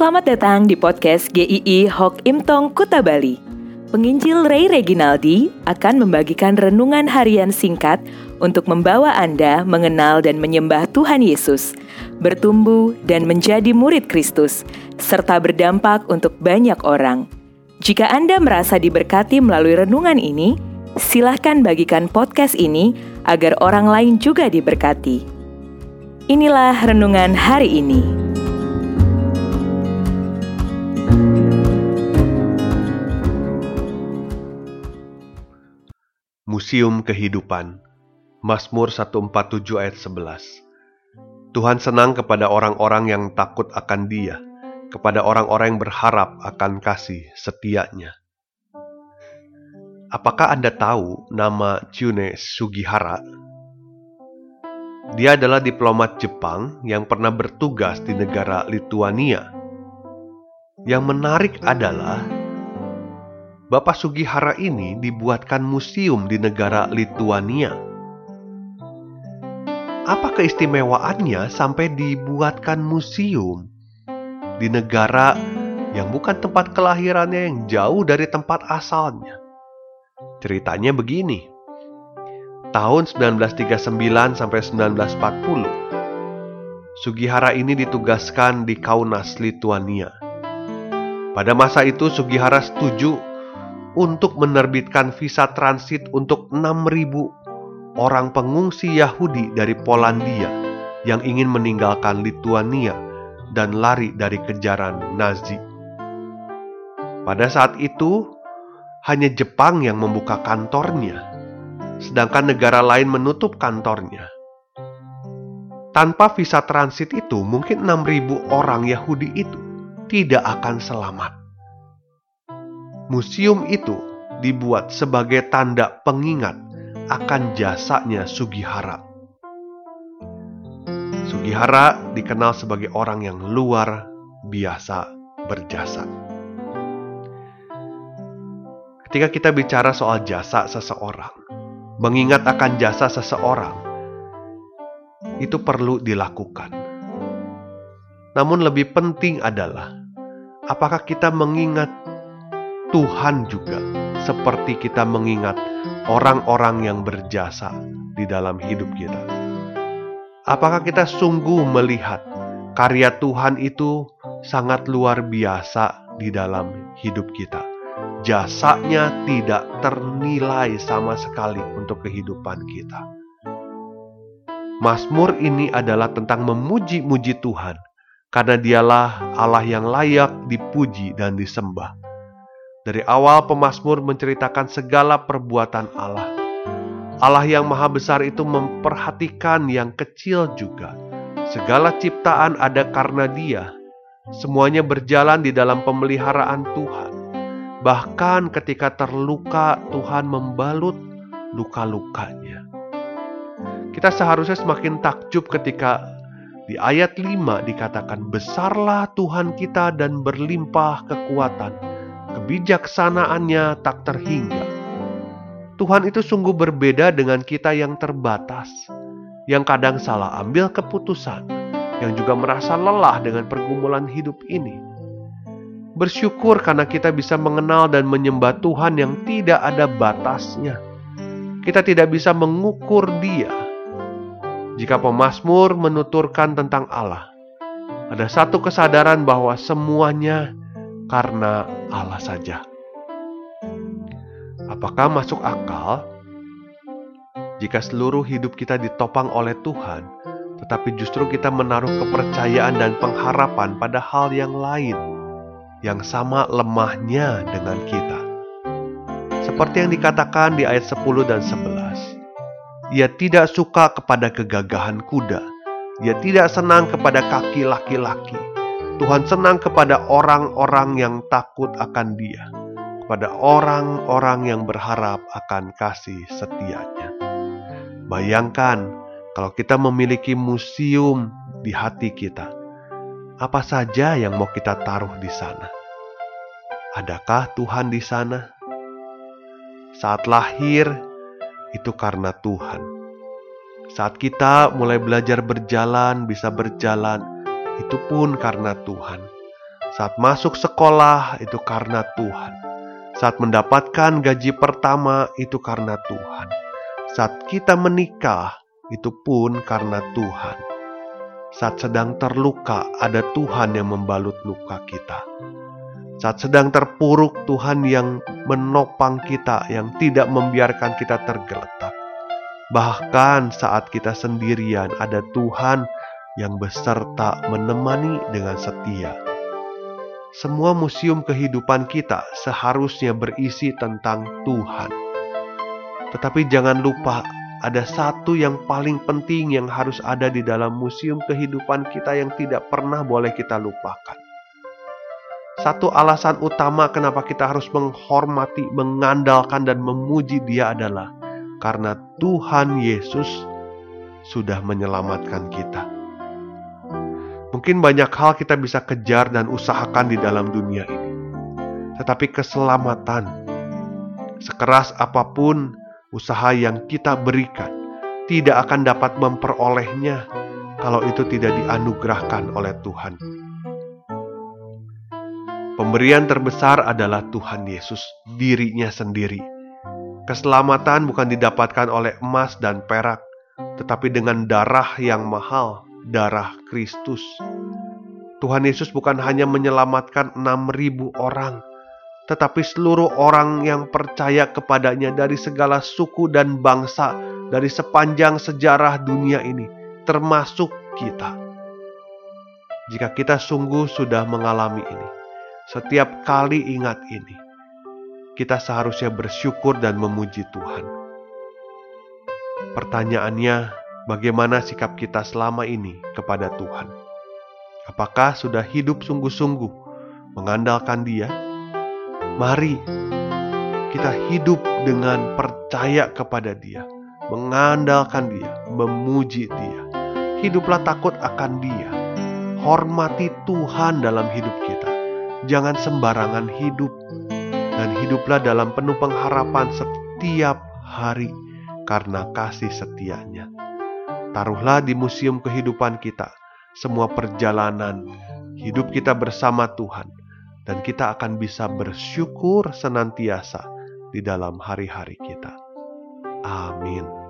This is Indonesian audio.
Selamat datang di podcast GII Hok Imtong Kuta Bali. Penginjil Ray Reginaldi akan membagikan renungan harian singkat untuk membawa Anda mengenal dan menyembah Tuhan Yesus, bertumbuh dan menjadi murid Kristus, serta berdampak untuk banyak orang. Jika Anda merasa diberkati melalui renungan ini, silahkan bagikan podcast ini agar orang lain juga diberkati. Inilah renungan hari ini. Museum Kehidupan, Mazmur 147 ayat 11. Tuhan senang kepada orang-orang yang takut akan Dia, kepada orang-orang yang berharap akan kasih setianya. Apakah Anda tahu nama Tsuné Sugihara? Dia adalah diplomat Jepang yang pernah bertugas di negara Lituania. Yang menarik adalah Bapak Sugihara ini dibuatkan museum di negara Lituania. Apa keistimewaannya sampai dibuatkan museum di negara yang bukan tempat kelahirannya, yang jauh dari tempat asalnya? Ceritanya begini. Tahun 1939 sampai 1940, Sugihara ini ditugaskan di Kaunas, Lituania. Pada masa itu Sugihara setuju untuk menerbitkan visa transit untuk 6.000 orang pengungsi Yahudi dari Polandia yang ingin meninggalkan Lituania dan lari dari kejaran Nazi. Pada saat itu, hanya Jepang yang membuka kantornya, sedangkan negara lain menutup kantornya. Tanpa visa transit itu, mungkin 6.000 orang Yahudi itu tidak akan selamat. Museum itu dibuat sebagai tanda pengingat akan jasanya Sugihara. Sugihara dikenal sebagai orang yang luar biasa berjasa. Ketika kita bicara soal jasa seseorang, mengingat akan jasa seseorang, itu perlu dilakukan. Namun lebih penting adalah, apakah kita mengingat Tuhan juga seperti kita mengingat orang-orang yang berjasa di dalam hidup kita? Apakah kita sungguh melihat karya Tuhan itu sangat luar biasa di dalam hidup kita? Jasanya tidak ternilai sama sekali untuk kehidupan kita. Mazmur ini adalah tentang memuji-muji Tuhan, karena Dialah Allah yang layak dipuji dan disembah. Dari awal pemazmur menceritakan segala perbuatan Allah. Allah yang maha besar itu memperhatikan yang kecil juga. Segala ciptaan ada karena Dia. Semuanya berjalan di dalam pemeliharaan Tuhan. Bahkan ketika terluka, Tuhan membalut luka-lukanya. Kita seharusnya semakin takjub ketika di ayat 5 dikatakan, besarlah Tuhan kita dan berlimpah kekuatan. Kebijaksanaannya tak terhingga. Tuhan itu sungguh berbeda dengan kita yang terbatas, yang kadang salah ambil keputusan, yang juga merasa lelah dengan pergumulan hidup ini. Bersyukur karena kita bisa mengenal dan menyembah Tuhan yang tidak ada batasnya. Kita tidak bisa mengukur Dia. Jika pemazmur menuturkan tentang Allah, ada satu kesadaran bahwa semuanya karena Allah saja. Apakah masuk akal jika seluruh hidup kita ditopang oleh Tuhan, tetapi justru kita menaruh kepercayaan dan pengharapan pada hal yang lain yang sama lemahnya dengan kita? Seperti yang dikatakan di ayat 10 dan 11. Ia tidak suka kepada kegagahan kuda. Ia tidak senang kepada kaki laki-laki. Tuhan senang kepada orang-orang yang takut akan Dia, kepada orang-orang yang berharap akan kasih setianya. Bayangkan kalau kita memiliki museum di hati kita, apa saja yang mau kita taruh di sana? Adakah Tuhan di sana? Saat lahir, itu karena Tuhan. Saat kita mulai belajar berjalan, bisa berjalan, itu pun karena Tuhan. Saat masuk sekolah itu karena Tuhan. Saat mendapatkan gaji pertama itu karena Tuhan. Saat kita menikah itu pun karena Tuhan. Saat sedang terluka ada Tuhan yang membalut luka kita. Saat sedang terpuruk Tuhan yang menopang kita, yang tidak membiarkan kita tergeletak. Bahkan saat kita sendirian ada Tuhan yang beserta menemani dengan setia. Semua museum kehidupan kita seharusnya berisi tentang Tuhan. Tetapi jangan lupa, ada satu yang paling penting yang harus ada di dalam museum kehidupan kita yang tidak pernah boleh kita lupakan. Satu alasan utama kenapa kita harus menghormati, mengandalkan, dan memuji Dia adalah karena Tuhan Yesus sudah menyelamatkan kita. Mungkin banyak hal kita bisa kejar dan usahakan di dalam dunia ini. Tetapi keselamatan, sekeras apapun usaha yang kita berikan, tidak akan dapat memperolehnya kalau itu tidak dianugerahkan oleh Tuhan. Pemberian terbesar adalah Tuhan Yesus, dirinya sendiri. Keselamatan bukan didapatkan oleh emas dan perak, tetapi dengan darah yang mahal, darah Kristus. Tuhan Yesus bukan hanya menyelamatkan 6.000 orang, tetapi seluruh orang yang percaya kepadanya dari segala suku dan bangsa, dari sepanjang sejarah dunia ini, termasuk kita. Jika kita sungguh sudah mengalami ini, setiap kali ingat ini, kita seharusnya bersyukur dan memuji Tuhan. Pertanyaannya, bagaimana sikap kita selama ini kepada Tuhan? Apakah sudah hidup sungguh-sungguh mengandalkan Dia? Mari kita hidup dengan percaya kepada Dia, mengandalkan Dia, memuji Dia. Hiduplah takut akan Dia. Hormati Tuhan dalam hidup kita. Jangan sembarangan hidup. Dan hiduplah dalam penuh pengharapan setiap hari karena kasih setianya. Taruhlah di museum kehidupan kita semua perjalanan hidup kita bersama Tuhan, dan kita akan bisa bersyukur senantiasa di dalam hari-hari kita. Amin.